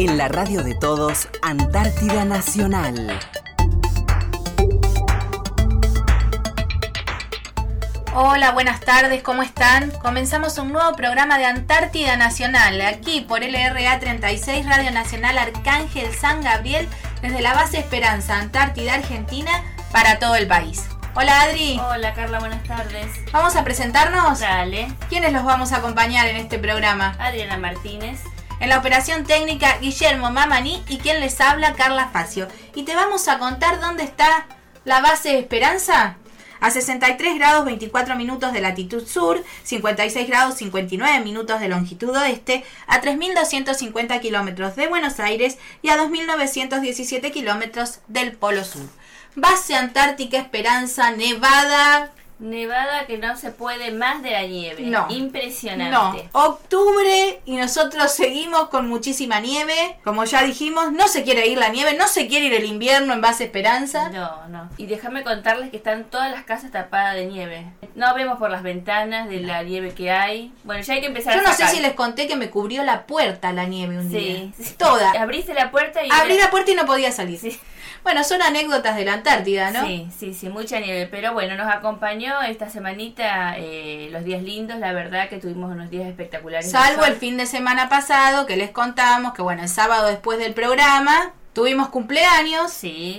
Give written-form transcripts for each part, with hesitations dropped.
En la radio de todos, Antártida Nacional. Hola, buenas tardes, ¿cómo están? Comenzamos un nuevo programa de Antártida Nacional, aquí por LRA 36, Radio Nacional Arcángel San Gabriel, desde la base Esperanza, Antártida, Argentina, para todo el país. Hola, Adri. Hola, Carla, buenas tardes. ¿Vamos a presentarnos? Dale. ¿Quiénes los vamos a acompañar en este programa? Adriana Martínez. En la operación técnica, Guillermo Mamani, y quien les habla, Carla Facio. Y te vamos a contar dónde está la base Esperanza. A 63 grados 24 minutos de latitud sur, 56 grados 59 minutos de longitud oeste, a 3.250 kilómetros de Buenos Aires y a 2.917 kilómetros del Polo Sur. Base Antártica Esperanza, Nevada. Nevada que no se puede más de la nieve. No. Impresionante. No. Octubre y nosotros seguimos con muchísima nieve. Como ya dijimos, no se quiere ir la nieve, no se quiere ir el invierno en Base Esperanza. No. Y déjame contarles que están todas las casas tapadas de nieve. No vemos por las ventanas de la nieve que hay. Bueno, ya hay que empezar Yo a no sacar. sé si les conté que me cubrió la puerta la nieve un día. Sí. Toda. Abriste la puerta y... Abrí la puerta y no podía salir. Sí. Bueno, son anécdotas de la Antártida, ¿no? Sí, mucha nieve. Pero bueno, nos acompañó esta semanita los días lindos. La verdad que tuvimos unos días espectaculares. Salvo el fin de semana pasado, que les contamos que, bueno, el sábado después del programa tuvimos cumpleaños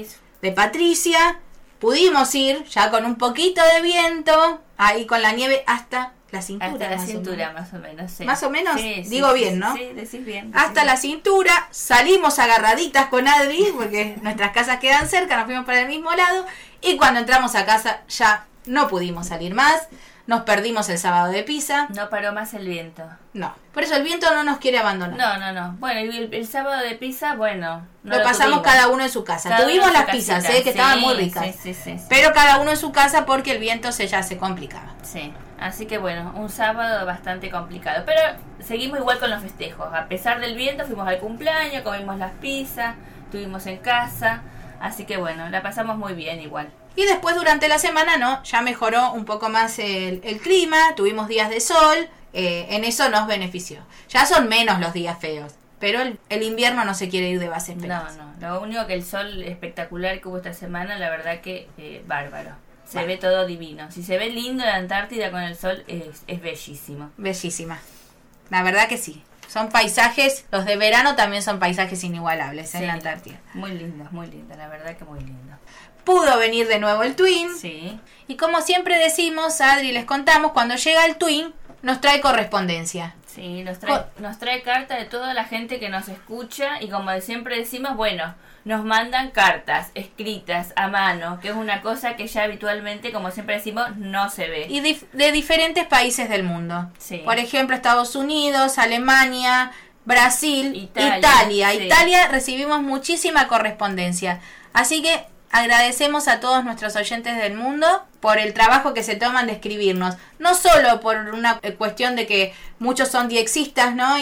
de Patricia. Pudimos ir ya con un poquito de viento, ahí con la nieve hasta la cintura. Hasta la cintura, más o menos, sí. ¿Más o menos? Sí, Digo bien, ¿no? Sí, decís bien. Hasta la cintura, salimos agarraditas con Adri, porque nuestras casas quedan cerca, nos fuimos para el mismo lado, y cuando entramos a casa ya no pudimos salir más, nos perdimos el sábado de Pisa. No paró más el viento. No, por eso el viento no nos quiere abandonar. No. Bueno, y el sábado de Pisa, bueno, no lo pasamos tuvimos. cada uno en su casa. Cada Tuvimos uno en las su pizzas, casita. que estaban muy ricas. Sí. Pero cada uno en su casa porque el viento ya se complicaba. Sí, así que bueno, un sábado bastante complicado. Pero seguimos igual con los festejos. A pesar del viento, fuimos al cumpleaños, comimos las pizzas, estuvimos en casa. Así que bueno, la pasamos muy bien igual. Y después durante la semana, ya mejoró un poco más el clima, tuvimos días de sol, en eso nos benefició. Ya son menos los días feos, pero el invierno no se quiere ir de Base Esperanza. No, lo único que el sol espectacular que hubo esta semana, la verdad que bárbaro. Se ve todo divino. Si se ve lindo la Antártida con el sol, es bellísimo. Bellísima. La verdad que sí. Son paisajes, los de verano también son paisajes inigualables en la Antártida. Muy lindo, la verdad que muy lindo. Pudo venir de nuevo el Twin. Sí. Y como siempre decimos, Adri, les contamos, cuando llega el Twin, nos trae correspondencia. Sí, nos trae cartas de toda la gente que nos escucha y como siempre decimos, bueno, nos mandan cartas escritas a mano, que es una cosa que ya habitualmente, como siempre decimos, no se ve. Y de diferentes países del mundo. Sí. Por ejemplo, Estados Unidos, Alemania, Brasil, Italia. Sí. Italia recibimos muchísima correspondencia. Así que agradecemos a todos nuestros oyentes del mundo por el trabajo que se toman de escribirnos. No solo por una cuestión de que muchos son diexistas, ¿no?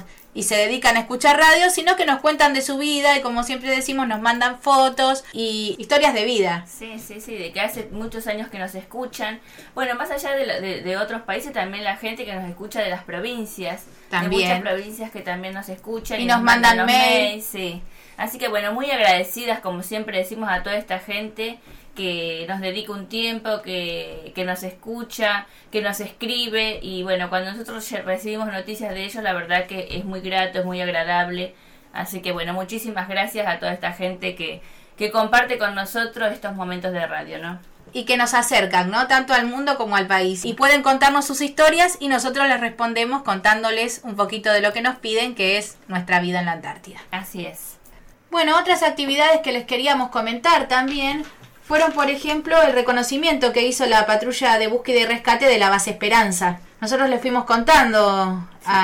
Y se dedican a escuchar radio, sino que nos cuentan de su vida y, como siempre decimos, nos mandan fotos y historias de vida. Sí, de que hace muchos años que nos escuchan. Bueno, más allá de otros países, también la gente que nos escucha de las provincias. También. De muchas provincias que también nos escuchan. Y nos mandan mails. Sí. Así que bueno, muy agradecidas, como siempre decimos, a toda esta gente que nos dedica un tiempo, que nos escucha, que nos escribe. Y bueno, cuando nosotros recibimos noticias de ellos, la verdad que es muy grato, es muy agradable. Así que bueno, muchísimas gracias a toda esta gente que comparte con nosotros estos momentos de radio, ¿no? Y que nos acercan, ¿no? Tanto al mundo como al país. Y pueden contarnos sus historias y nosotros les respondemos contándoles un poquito de lo que nos piden, que es nuestra vida en la Antártida. Así es. Bueno, otras actividades que les queríamos comentar también fueron, por ejemplo, el reconocimiento que hizo la patrulla de búsqueda y rescate de la Base Esperanza. Nosotros les fuimos contando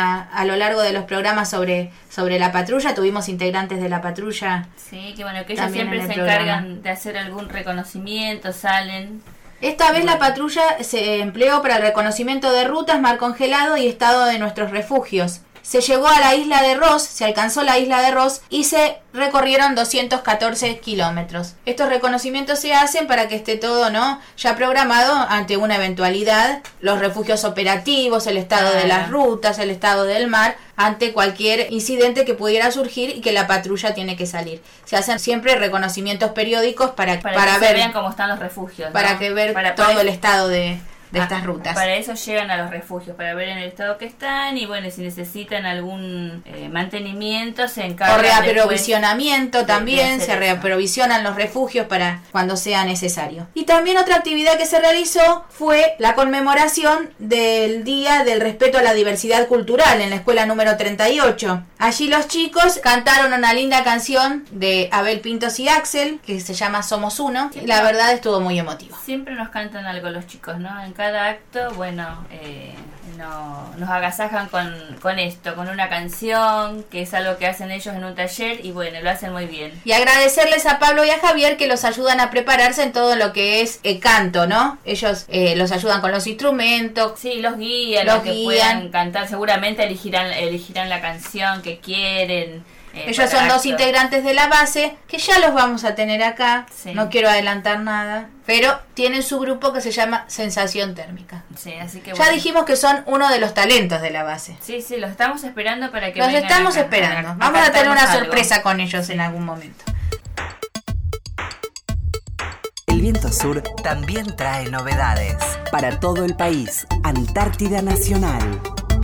a lo largo de los programas sobre la patrulla. Tuvimos integrantes de la patrulla. Sí, que bueno, que ellos siempre se encargan de hacer algún reconocimiento, salen. Esta vez la patrulla se empleó para el reconocimiento de rutas, mar congelado y estado de nuestros refugios. se llegó a la isla de Ross, se alcanzó la isla de Ross y se recorrieron 214 kilómetros. Estos reconocimientos se hacen para que esté todo, ¿no?, ya programado ante una eventualidad, los refugios operativos, el estado de las rutas, el estado del mar, ante cualquier incidente que pudiera surgir y que la patrulla tiene que salir. Se hacen siempre reconocimientos periódicos para que ver, vean cómo están los refugios, ¿no? Para que ver todo el estado de estas rutas. Para eso llegan a los refugios, para ver en el estado que están y bueno, si necesitan algún mantenimiento se encargan. O reaprovisionamiento también, se reaprovisionan los refugios para cuando sea necesario. Y también otra actividad que se realizó fue la conmemoración del Día del Respeto a la Diversidad Cultural en la escuela número 38. Allí los chicos cantaron una linda canción de Abel Pintos y Axel, que se llama Somos Uno. Y la verdad estuvo muy emotivo. Siempre nos cantan algo los chicos, ¿no? En cada acto, bueno, nos agasajan con esto, con una canción, que es algo que hacen ellos en un taller y bueno, lo hacen muy bien. Y agradecerles a Pablo y a Javier que los ayudan a prepararse en todo lo que es canto, ¿no? Ellos los ayudan con los instrumentos. Sí, los guían, que puedan cantar, seguramente elegirán la canción que quieren. Ellos son dos integrantes de la base, que ya los vamos a tener acá, sí. No quiero adelantar nada, pero tienen su grupo que se llama Sensación Térmica. Sí, así que ya dijimos que son uno de los talentos de la base. Sí, los estamos esperando para que los vengan estamos acá, esperando, vamos a tener una sorpresa con ellos en algún momento. El Viento Sur también trae novedades. Para todo el país, Antártida Nacional.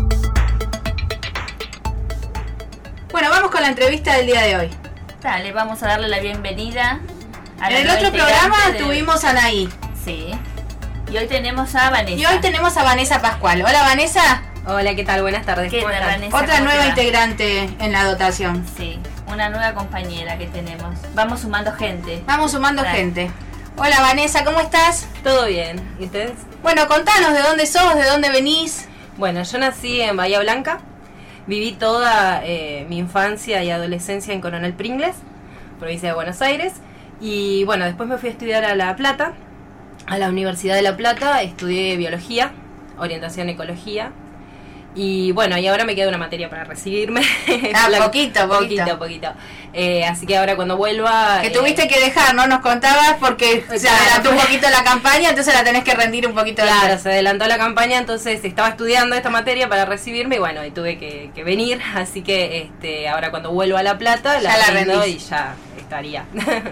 Bueno, vamos con la entrevista del día de hoy. Dale, vamos a darle la bienvenida a En el otro programa tuvimos a Anaí. Sí. Y hoy tenemos a Vanessa. Pascual. Hola, Vanessa. Hola, ¿qué tal? Buenas tardes. ¿Qué tal, Vanessa? Otra nueva integrante en la dotación. Sí, una nueva compañera que tenemos. Vamos sumando gente. Gente. Hola, Vanessa, ¿cómo estás? Todo bien. ¿Y ustedes? Bueno, contanos de dónde sos, de dónde venís. Bueno, yo nací en Bahía Blanca. Viví toda mi infancia y adolescencia en Coronel Pringles, provincia de Buenos Aires. Y bueno, después me fui a estudiar a La Plata, a la Universidad de La Plata. Estudié biología, orientación ecología. Y bueno, y ahora me queda una materia para recibirme. Poquito. Así que ahora cuando vuelva... Que tuviste que dejar, ¿no? Nos contabas porque se adelantó un poquito la campaña, entonces la tenés que rendir un poquito. Claro, se adelantó la campaña, entonces estaba estudiando esta materia para recibirme y bueno, y tuve que venir. Así que ahora cuando vuelva a La Plata la rindo y ya estaría.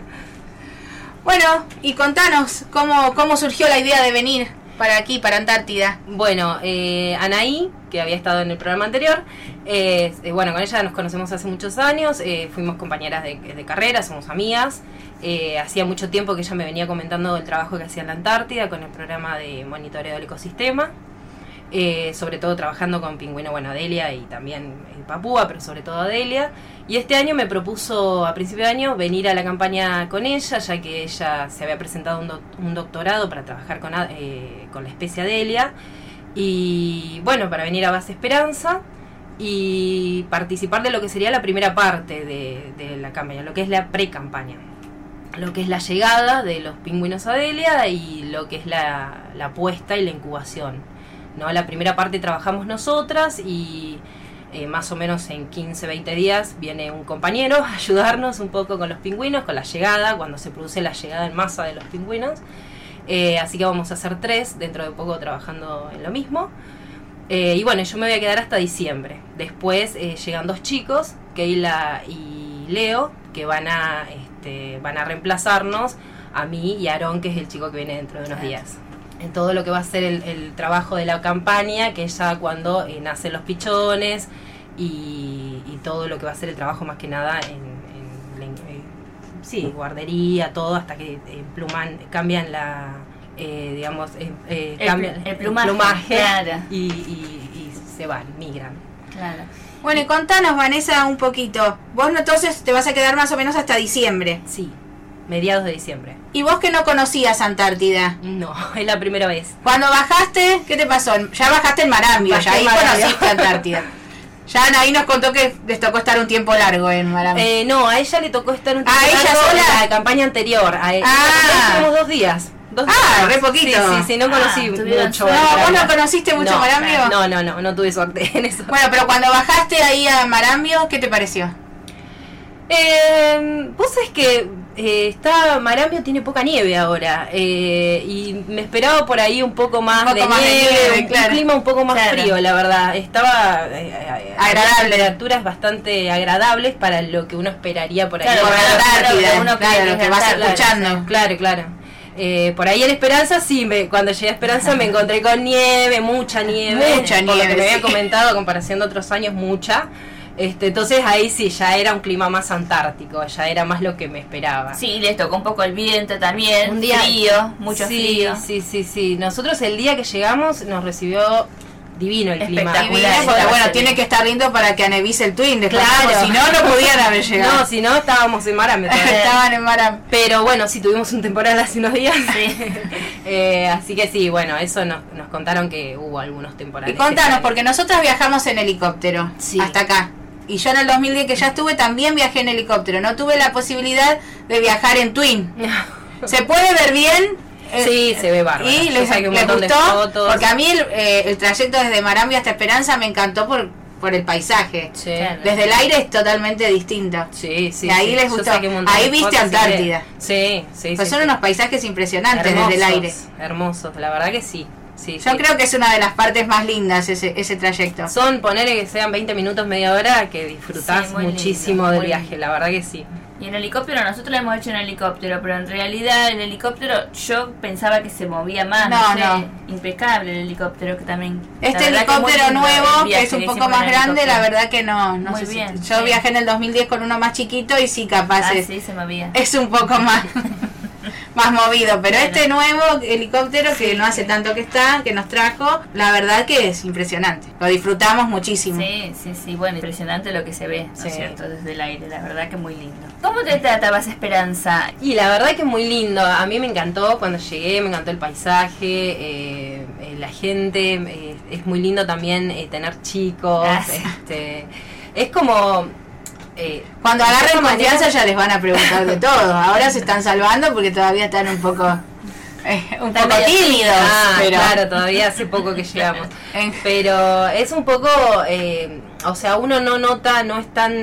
Bueno, y contanos cómo surgió la idea de venir para aquí, para Antártida. Bueno, Anaí, que había estado en el programa anterior, bueno, con ella nos conocemos hace muchos años, fuimos compañeras de carrera, somos amigas. Hacía mucho tiempo que ella me venía comentando el trabajo que hacía en la Antártida con el programa de monitoreo del ecosistema, sobre todo trabajando con pingüino, bueno, Adelia y también Papúa, pero sobre todo Adelia. Y este año me propuso, a principio de año, venir a la campaña con ella, ya que ella se había presentado un doctorado para trabajar con la especie Adelia. Y bueno, para venir a Base Esperanza y participar de lo que sería la primera parte de la campaña, lo que es la pre-campaña, lo que es la llegada de los pingüinos Adelia y lo que es la puesta y la incubación, ¿no? La primera parte trabajamos nosotras y más o menos en 15-20 días viene un compañero a ayudarnos un poco con los pingüinos, con la llegada, cuando se produce la llegada en masa de los pingüinos. Así que vamos a hacer 3 dentro de poco trabajando en lo mismo. Y bueno, yo me voy a quedar hasta diciembre. Después llegan 2 chicos, Keila y Leo, que van a reemplazarnos a mí y a Aarón, que es el chico que viene dentro de unos días. En todo lo que va a ser el trabajo de la campaña, que es ya cuando nacen los pichones y todo lo que va a ser el trabajo más que nada en guardería, todo hasta que cambian la cambian el plumaje claro. y se van, migran. Claro. Bueno, y contanos, Vanessa, un poquito. Vos entonces te vas a quedar más o menos hasta diciembre. Sí, mediados de diciembre. ¿Y vos que no conocías Antártida? No, es la primera vez. Cuando bajaste, ¿qué te pasó? Ya bajaste en Marambio, ya ahí conociste Antártida. Ya Anaí nos contó que les tocó estar un tiempo largo en Marambio. No, a ella le tocó estar un tiempo largo ella sola. en la campaña anterior. Tenemos 2 días. re poquito. Sí, no conocí mucho. No, ¿vos no conociste mucho Marambio? No tuve suerte en eso. Bueno, pero cuando bajaste ahí a Marambio, ¿qué te pareció? Vos sabés que Marambio tiene poca nieve ahora, y me esperaba por ahí un poco más de nieve, claro. Un clima un poco más frío, la verdad. Estaba agradable, temperaturas bastante agradables para lo que uno esperaría por ahí. Claro, por la Antártida, uno claro, que vas escuchando. Claro. Por ahí en Esperanza, cuando llegué a Esperanza me encontré con nieve, mucha nieve. Por lo que me había comentado, a comparación de otros años, mucha. Entonces ahí sí, ya era un clima más antártico, ya era más lo que me esperaba. Sí, les tocó un poco el viento también, un día frío, mucho frío. Sí. Nosotros el día que llegamos nos recibió divino el clima. Espectacular. Porque bueno, tiene que estar lindo para que anevice el Twin. Claro. Si no podían haber llegado. No, si no, estábamos en Marambio. Estaban en Marambio. Pero bueno, sí, tuvimos un temporal hace unos días. Así que sí, bueno, eso nos contaron que hubo algunos temporales. Y contanos, porque nosotros viajamos en helicóptero hasta acá. Y yo en el 2010 que ya estuve también viajé en helicóptero. No tuve la posibilidad de viajar en Twin. ¿Se puede ver bien? Sí, se ve bárbaro. ¿Y les gustó? Porque a mí el trayecto desde Marambio hasta Esperanza me encantó por el paisaje. Sí. Desde el aire es totalmente distinto. Sí. Y ahí les gustó. Ahí viste Antártida. Sí. Pues son unos paisajes impresionantes desde el aire. Hermosos, la verdad que sí. Yo creo que es una de las partes más lindas ese trayecto. Ponele que sean 20 minutos, media hora, que disfrutás muchísimo del viaje, la verdad que sí. Y en helicóptero, nosotros lo hemos hecho en helicóptero, pero en realidad el helicóptero yo pensaba que se movía más, no. Impecable el helicóptero que también. Este helicóptero nuevo, que es un poco más grande, la verdad que no muy sé bien. Yo viajé en el 2010 con uno más chiquito y sí, capaz sí, se movía. Es un poco más más movido, pero este nuevo helicóptero que no hace tanto que nos trajo, la verdad que es impresionante. Lo disfrutamos muchísimo. Sí, bueno, impresionante lo que se ve, ¿no es cierto? Desde el aire, la verdad que muy lindo. ¿Cómo te tratabas, Esperanza? Y la verdad que muy lindo, a mí me encantó cuando llegué, me encantó el paisaje, la gente, es muy lindo también tener chicos, es como... cuando agarren confianza ya les van a preguntar de todo. Ahora se están salvando porque todavía están un poco tímidos. Pero claro, todavía hace poco que llegamos. Pero es un poco, o sea, uno no nota, no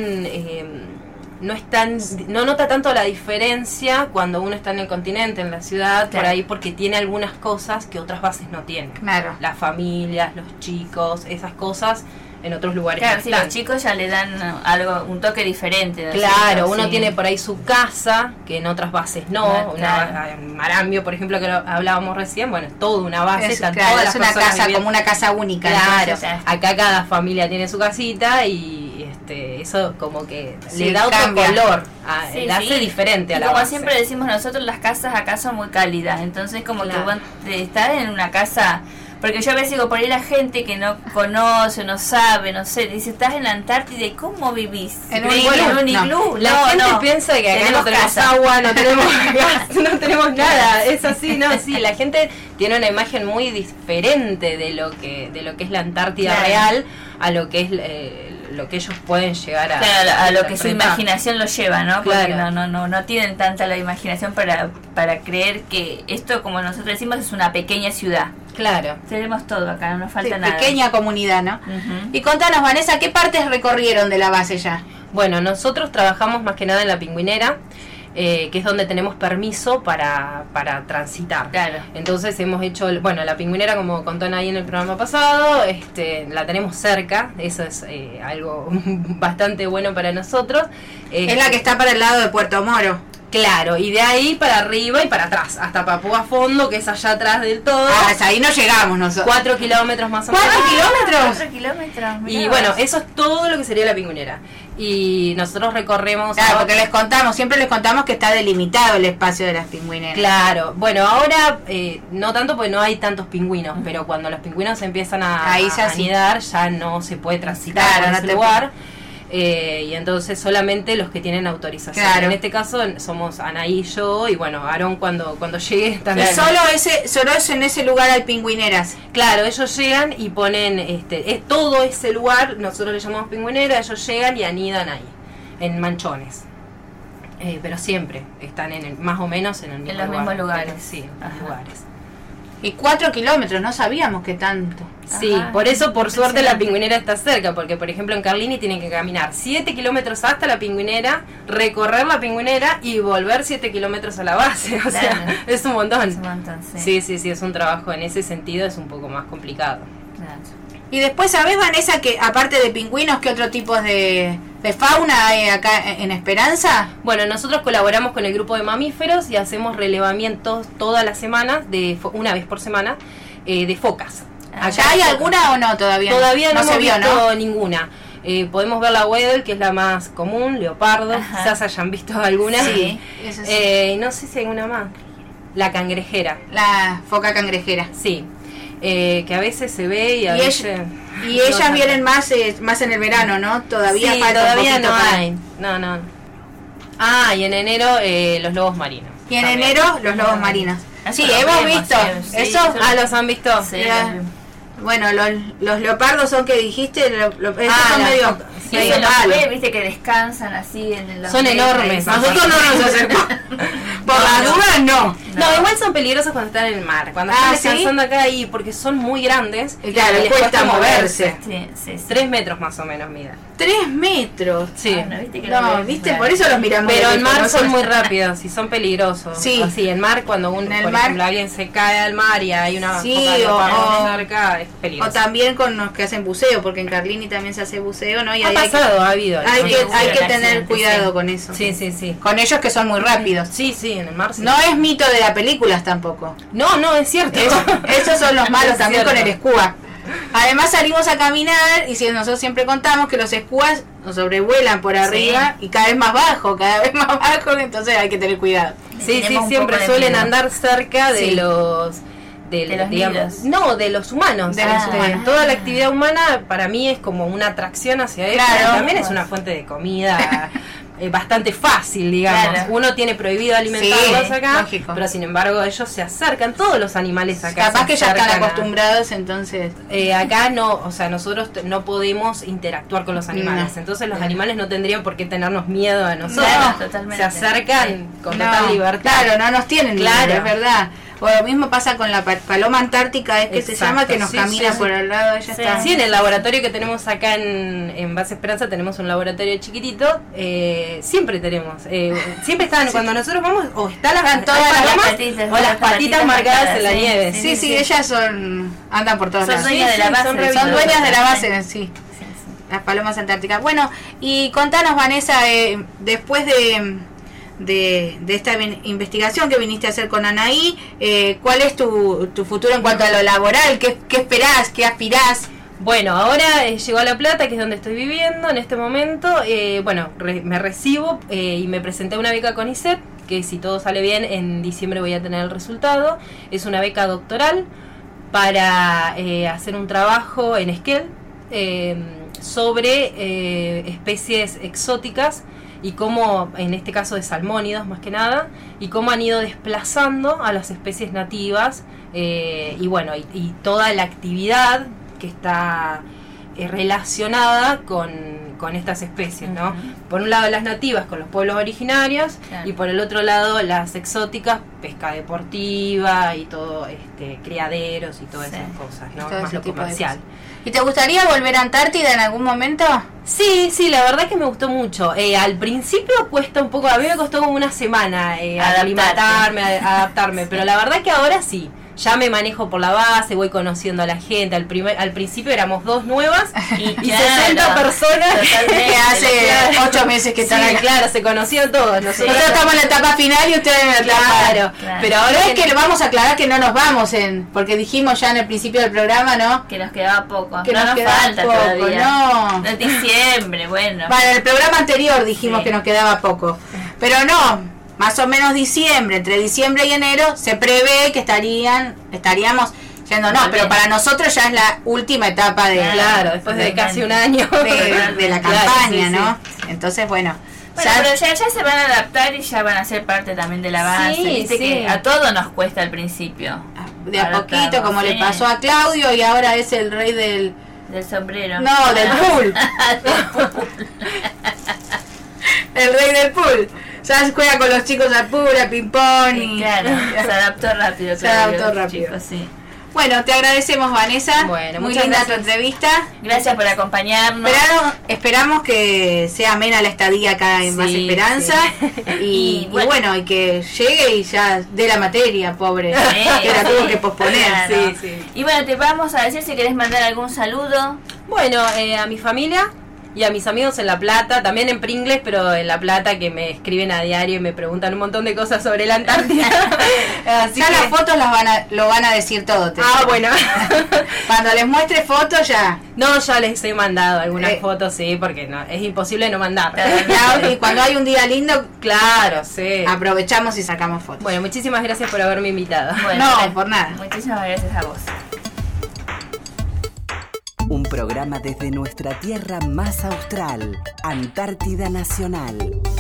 nota tanto la diferencia cuando uno está en el continente, en la ciudad, por ahí, porque tiene algunas cosas que otras bases no tienen. Claro. Las familias, los chicos, esas cosas. En otros lugares. Claro, sí, los chicos ya le dan un toque diferente. Claro, uno tiene por ahí su casa, que en otras bases no. En Marambio, por ejemplo, que hablábamos recién, bueno, es toda una base. Es una casa, como una casa única. Claro, entonces, acá cada familia tiene su casita y eso como que le da otro color, le hace diferente a la base. Como siempre decimos nosotros, las casas acá son muy cálidas, entonces como que vos estar en una casa... Porque yo a veces digo, por ahí la gente que no conoce, no sabe, no sé, dice, estás en la Antártida y ¿cómo vivís? En un iglú. La gente piensa que acá no tenemos agua, no tenemos gas, no tenemos nada. Es así, la gente tiene una imagen muy diferente de lo que es la Antártida real a lo que es lo que ellos pueden llegar a lo que su imaginación los lleva, ¿no? Porque no tienen tanta la imaginación para creer que esto, como nosotros decimos, es una pequeña ciudad. Claro. Tenemos todo acá, no nos falta nada. Pequeña comunidad, ¿no? Y contanos, Vanessa, ¿qué partes recorrieron de la base ya? Bueno, nosotros trabajamos más que nada en la Pingüinera, que es donde tenemos permiso para transitar. Claro. Entonces hemos hecho, la Pingüinera, como contó ahí en el programa pasado, la tenemos cerca, eso es algo bastante bueno para nosotros. Es la que está para el lado de Puerto Moro. Claro, y de ahí para arriba y para atrás, hasta Papúa Fondo, que es allá atrás del todo. Hasta ahí no llegamos nosotros. 4 kilómetros más o menos. ¿4 kilómetros? Y bueno, eso es todo lo que sería la Pingüinera. Y nosotros recorremos... Claro, porque siempre les contamos que está delimitado el espacio de las pingüineras. Claro, bueno, ahora no tanto porque no hay tantos pingüinos, pero cuando los pingüinos empiezan a anidar, ya no se puede transitar en ese lugar. Y entonces solamente los que tienen autorización. Claro. En este caso somos Anaí y yo, y bueno, Aarón cuando llegue también. Solo es en ese lugar hay pingüineras. Claro, ellos llegan y ponen todo ese lugar, nosotros le llamamos pingüinera, ellos llegan y anidan ahí, en manchones. pero siempre están más o menos en el mismo los mismos lugares. Sí, en los mismos lugares. Y 4 kilómetros, no sabíamos que tanto. Sí, Ajá, por eso por suerte la impresionante. Pingüinera está cerca, porque por ejemplo en Carlini tienen que caminar 7 kilómetros hasta la Pingüinera, recorrer la Pingüinera y volver 7 kilómetros a la base, o sea, Claro. es un montón. Es un montón, sí. Sí, es un trabajo en ese sentido, es un poco más complicado. Claro. Y después, ¿sabés, Vanessa, que aparte de pingüinos, qué otro tipo de fauna hay acá en Esperanza? Bueno, nosotros colaboramos con el grupo de mamíferos y hacemos relevamientos todas las semanas, una vez por semana, de focas. ¿Allá hay alguna o no todavía? Todavía no se hemos vio, visto ¿no? ninguna. Podemos ver la Weddell, que es la más común, leopardo, Ajá. quizás hayan visto alguna. Sí, eso sí. No sé si hay una más. La cangrejera, La foca cangrejera. sí. Que a veces se ve y a veces... Y no ellas tanto. vienen más en el verano, ¿no? Todavía Sí, falta todavía un poquito no para- hay. No. Ah, y en enero los lobos marinos. Y en también. enero los lobos marinos. Eso Sí, lo hemos vemos, visto. sí, Eso, eso Ah, ¿los han visto? Sí, Mira, bueno, los leopardos son que dijiste, esos son la medio, foca, sí. Y medio eso los malos. ve, viste que descansan así en los Son enormes. Nosotros no nos acercamos. Por las dudas, no. No, igual son peligrosos cuando están en el mar. Cuando Ah, están ¿sí? descansando acá ahí, porque son muy grandes. Y claro, les cuesta moverse. Sí. 3 metros más o menos mide. 3 metros. Sí. Ah, no, viste que lo No, ves, viste, claro. por eso los miramos. Pero de en lejos, mar son nosotros- muy rápidos y son peligrosos. Sí. Así, en mar cuando En el por mar- ejemplo alguien se cae al mar y hay una Sí, foca leopardo o- cerca, es O peligroso. también con los que hacen buceo, porque en Carlini también se hace buceo, ¿no? Y Ha ahí pasado, ha habido. hay que, Sí, hay que el tener accidente, cuidado sí. con eso. Sí. Con ellos que son muy rápidos. Sí, en el mar sí. No es mito de las películas tampoco. No, es cierto. Esos son los malos Es también cierto. con el escúa. Además salimos a caminar y si nosotros siempre contamos que los escúas nos sobrevuelan por arriba y cada vez más bajo, entonces hay que tener cuidado. Sí, Tenemos un siempre poco de suelen miedo. andar cerca de Sí. los... De los nidos. No, de los humanos. De los humanos. Toda la actividad humana para mí es como una atracción hacia ellos. Claro. También es una fuente de comida bastante fácil, digamos. Claro. Uno tiene prohibido alimentarlos Sí, acá, lógico. pero sin embargo ellos se acercan, todos los animales acá. Capaz se que ya están acercan a- acostumbrados, entonces... acá no, o sea, nosotros no podemos interactuar con los animales, No. entonces los animales no tendrían por qué tenernos miedo a nosotros. Claro, totalmente. Se acercan con total No, libertad. Claro, no nos tienen Claro. miedo, es verdad. O lo mismo pasa con la paloma antártica, es que se Exacto, llama, que nos sí, camina sí. por al lado, ella Sí. está. Sí, en el laboratorio que tenemos acá en Base Esperanza tenemos un laboratorio chiquitito, siempre tenemos, siempre están, cuando nosotros vamos, o están Están todas hay las palomas, patitas, o las las patitas patitas marcadas marcadas, en la sí. nieve. Sí, sí, ellas andan por todos Son lados. dueñas de la sí, base. son de re- Son todo. dueñas de la base, sí. Sí. Las palomas antárticas. Bueno, y contanos, Vanessa, después de esta investigación que viniste a hacer con Anaí, ¿cuál es tu futuro en cuanto a lo laboral? ¿Qué esperás? ¿Qué aspirás? Bueno, ahora llegó a La Plata, que es donde estoy viviendo en este momento. Me recibo y me presenté a una beca con ISEP, que si todo sale bien, en diciembre voy a tener el resultado. Es una beca doctoral para hacer un trabajo en Esquel sobre especies exóticas y cómo, en este caso de salmónidos más que nada, y cómo han ido desplazando a las especies nativas y toda la actividad que está relacionada con estas especies, ¿no? Ujú. Por un lado las nativas con los pueblos originarios Claro. y por el otro lado las exóticas, pesca deportiva y todo, criaderos y todas Sí. esas cosas, ¿no? Todo Más ese lo tipo de comercial. cosas. ¿Y te gustaría volver a Antártida en algún momento? Sí, la verdad que me gustó mucho. Al principio cuesta un poco, a mí me costó como una semana aclimatarme, adaptarme, pero la verdad que ahora sí. Ya me manejo por la base, voy conociendo a la gente. Al principio éramos 2 nuevas y claro, 60 personas totalmente. Que hace claro. 8 meses que están sí, acá. claro, se conocían todos. Nosotros estamos en la etapa final y ustedes en la etapa. Claro, Claro. pero Ahora ahora es que le vamos a aclarar que no nos vamos porque dijimos ya en el principio del programa, ¿no? Que nos quedaba poco. Que no nos quedaba falta poco, todavía. no. Es diciembre, bueno. Para el programa anterior dijimos Sí. que nos quedaba poco. Pero no, más o menos diciembre, entre diciembre y enero, se prevé que estaríamos yendo, no, pero para nosotros ya es la última etapa de Claro, después de casi un año de la Claro, campaña, sí, ¿no? Entonces, bueno. Bueno, ya- pero ya se van a adaptar y ya van a ser parte también de la base. Sí, Viste sí. que a todo nos cuesta al principio. de a poquito, Adaptarnos, como le sí. pasó a Claudio y ahora es el rey del... Del sombrero. No, del pool. El rey del pool. Ya juega con los chicos al pura, ping-pong. Y claro, se adaptó rápido. Se adaptó rápido. Chicos, sí. Bueno, te agradecemos, Vanessa. Bueno, muy muchas linda gracias. tu entrevista. Gracias por acompañarnos. Esperamos que sea amena la estadía acá en Sí, Base Esperanza. sí. Y bueno, y que llegue y ya dé la materia, pobre. Que la tuvo que posponer. Claro. Sí. Y bueno, te vamos a decir si querés mandar algún saludo. Bueno, a mi familia y a mis amigos en La Plata, también en Pringles, pero en La Plata, que me escriben a diario y me preguntan un montón de cosas sobre la Antártida. Así Ya que... las fotos lo van a decir todo. Bueno. Cuando les muestre fotos ya. No, ya les he mandado algunas Eh. fotos, sí, porque no es imposible no mandar. Y cuando hay un día lindo, Claro, sí. aprovechamos y sacamos fotos. Bueno, muchísimas gracias por haberme invitado. Bueno, No, por nada. Muchísimas gracias a vos. Un programa desde nuestra tierra más austral, Antártida Nacional.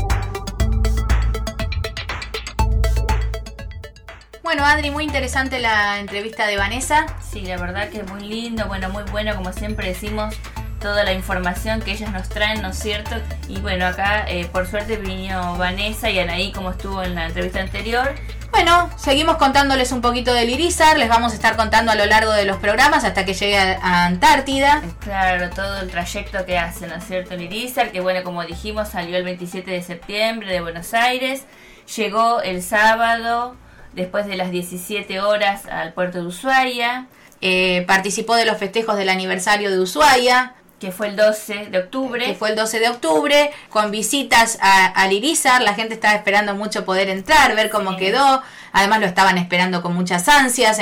Bueno, Adri, muy interesante la entrevista de Vanessa. Sí, la verdad que muy lindo, bueno, muy bueno, como siempre decimos, toda la información que ellas nos traen, ¿no es cierto? Y bueno, acá por suerte vino Vanessa y Anaí, como estuvo en la entrevista anterior. Bueno, seguimos contándoles un poquito del Irizar, les vamos a estar contando a lo largo de los programas hasta que llegue a Antártida. Claro, todo el trayecto que hace, ¿no es cierto? El Irizar, que bueno, como dijimos, salió el 27 de septiembre de Buenos Aires, llegó el sábado, después de las 17 horas, al puerto de Ushuaia, Participó de los festejos del aniversario de Ushuaia, que fue el 12 de octubre. que fue el 12 de octubre, con visitas al Irizar. La gente estaba esperando mucho poder entrar, ver cómo Sí. quedó. Además lo estaban esperando con muchas ansias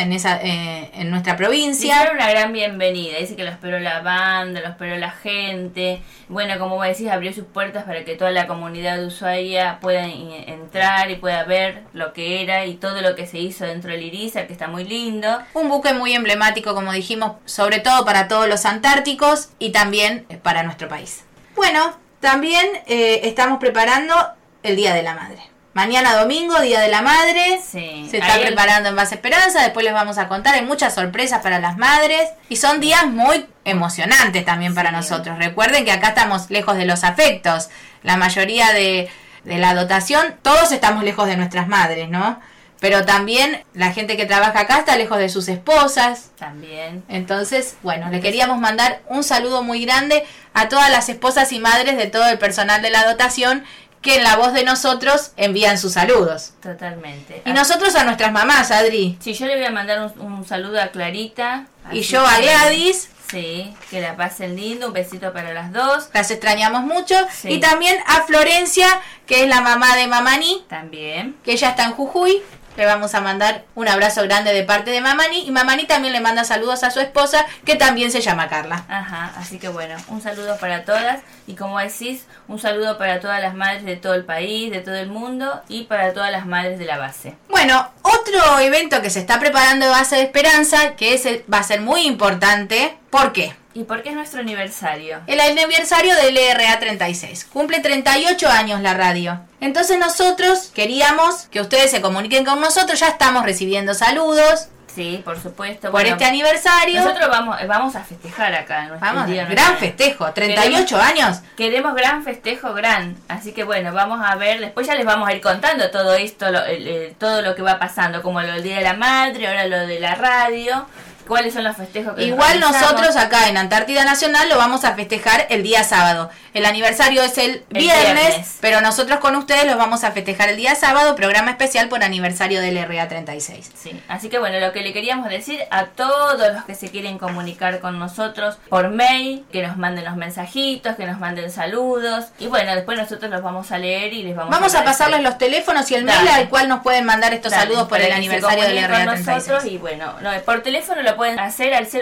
en nuestra provincia. Hicieron una gran bienvenida, dice que lo esperó la banda, lo esperó la gente. Bueno, como vos decís, abrió sus puertas para que toda la comunidad de Ushuaia pueda entrar y pueda ver lo que era y todo lo que se hizo dentro del Irizar, que está muy lindo. Un buque muy emblemático, como dijimos, sobre todo para todos los antárticos y también para nuestro país. Bueno, también estamos preparando el Día de la Madre. Mañana domingo, Día de la Madre. Sí. Se está Ahí preparando en Base Esperanza. Después les vamos a contar. Hay muchas sorpresas para las madres. Y son días muy emocionantes también para nosotros. Recuerden que acá estamos lejos de los afectos. La mayoría de la dotación, todos estamos lejos de nuestras madres, ¿no? Pero también la gente que trabaja acá está lejos de sus esposas. También. Entonces, bueno, le queríamos mandar un saludo muy grande a todas las esposas y madres de todo el personal de la dotación que en la voz de nosotros envían sus saludos. Totalmente. Y nosotros a nuestras mamás, Adri. Sí, yo le voy a mandar un saludo a Clarita. Y así yo a que- Gladys. Sí, que la pasen lindo. Un besito para las dos. Las extrañamos mucho. Sí. Y también a Florencia, que es la mamá de Mamani, También. que ella está en Jujuy. Le vamos a mandar un abrazo grande de parte de Mamani. Y Mamani también le manda saludos a su esposa, que también se llama Carla. Ajá, así que bueno, un saludo para todas y como decís, un saludo para todas las madres de todo el país, de todo el mundo y para todas las madres de la base. Bueno, otro evento que se está preparando de Base de Esperanza, que va a ser muy importante. ¿Por qué? ¿Y por qué es nuestro aniversario? El aniversario del LRA 36. Cumple 38 años la radio. Entonces nosotros queríamos que ustedes se comuniquen con nosotros. Ya estamos recibiendo saludos Sí, por supuesto. por Bueno, este aniversario. nosotros vamos a festejar acá en nuestro Vamos, día. gran festejo, 38 años. Queremos gran festejo, gran. Así que bueno, vamos a ver, después ya les vamos a ir contando todo esto, todo lo que va pasando, como lo del Día de la Madre, ahora lo de la radio, cuáles son los festejos que Igual realizamos. nosotros acá en Antártida Nacional lo vamos a festejar el día sábado. El aniversario es el viernes, pero nosotros con ustedes los vamos a festejar el día sábado, programa especial por aniversario del LRA 36. Sí, así que bueno, lo que le queríamos decir a todos los que se quieren comunicar con nosotros por mail, que nos manden los mensajitos, que nos manden saludos, y bueno, después nosotros los vamos a leer y les vamos Vamos a agradecer. pasarles los teléfonos y el mail Dale. al cual nos pueden mandar estos Dale, saludos por para el que se aniversario del comuniquen LRA con nosotros 36. y bueno, no, por teléfono lo pueden hacer al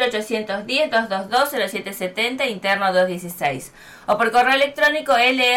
0810-222-0770 interno 216 o por correo electrónico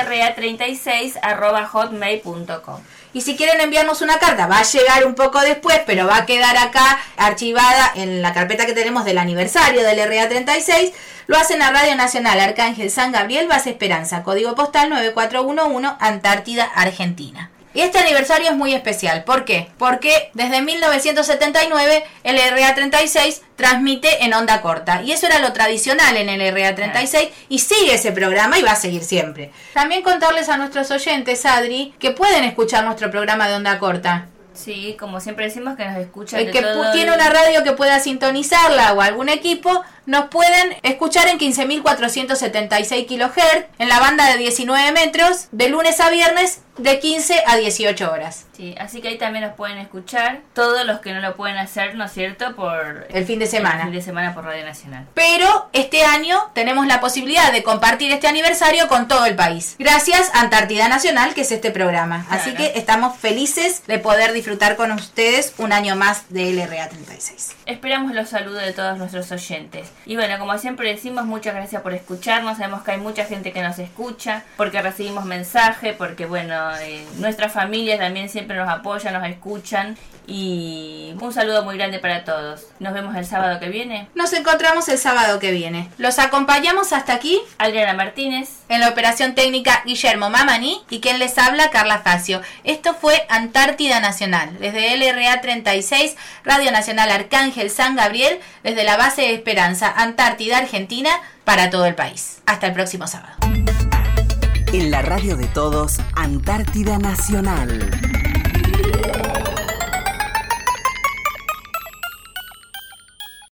lra36@hotmail.com. Y si quieren enviarnos una carta, va a llegar un poco después, pero va a quedar acá archivada en la carpeta que tenemos del aniversario del LRA 36. Lo hacen a Radio Nacional Arcángel San Gabriel, Base Esperanza, código postal 9411, Antártida, Argentina. Y este aniversario es muy especial. ¿Por qué? Porque desde 1979 el LRA36 transmite en onda corta. Y eso era lo tradicional en el LRA36 y sigue ese programa y va a seguir siempre. También contarles a nuestros oyentes, Adri, que pueden escuchar nuestro programa de onda corta. Sí, como siempre decimos que nos escuchan El de que todo tiene una radio que pueda sintonizarla o algún equipo, nos pueden escuchar en 15.476 kHz en la banda de 19 metros de lunes a viernes de 15 a 18 horas. Sí, así que ahí también nos pueden escuchar todos los que no lo pueden hacer, ¿no es cierto? Por El fin de semana. El fin de semana por Radio Nacional. Pero este año tenemos la posibilidad de compartir este aniversario con todo el país. Gracias a Antártida Nacional, que es este programa. Claro. Así que estamos felices de poder disfrutar con ustedes un año más de LRA36. Esperamos los saludos de todos nuestros oyentes. Y bueno, como siempre decimos, muchas gracias por escucharnos. Sabemos que hay mucha gente que nos escucha, porque recibimos mensaje, porque bueno, nuestras familias también siempre nos apoyan, nos escuchan. Y un saludo muy grande para todos. Nos vemos el sábado que viene. Nos encontramos el sábado que viene. Los acompañamos hasta aquí. Adriana Martínez. En la operación técnica, Guillermo Mamani. Y quien les habla, Carla Facio. Esto fue Antártida Nacional. Desde LRA36, Radio Nacional Arcángel San Gabriel. Desde la base de Esperanza, Antártida, Argentina. Para todo el país. Hasta el próximo sábado. En la radio de todos, Antártida Nacional.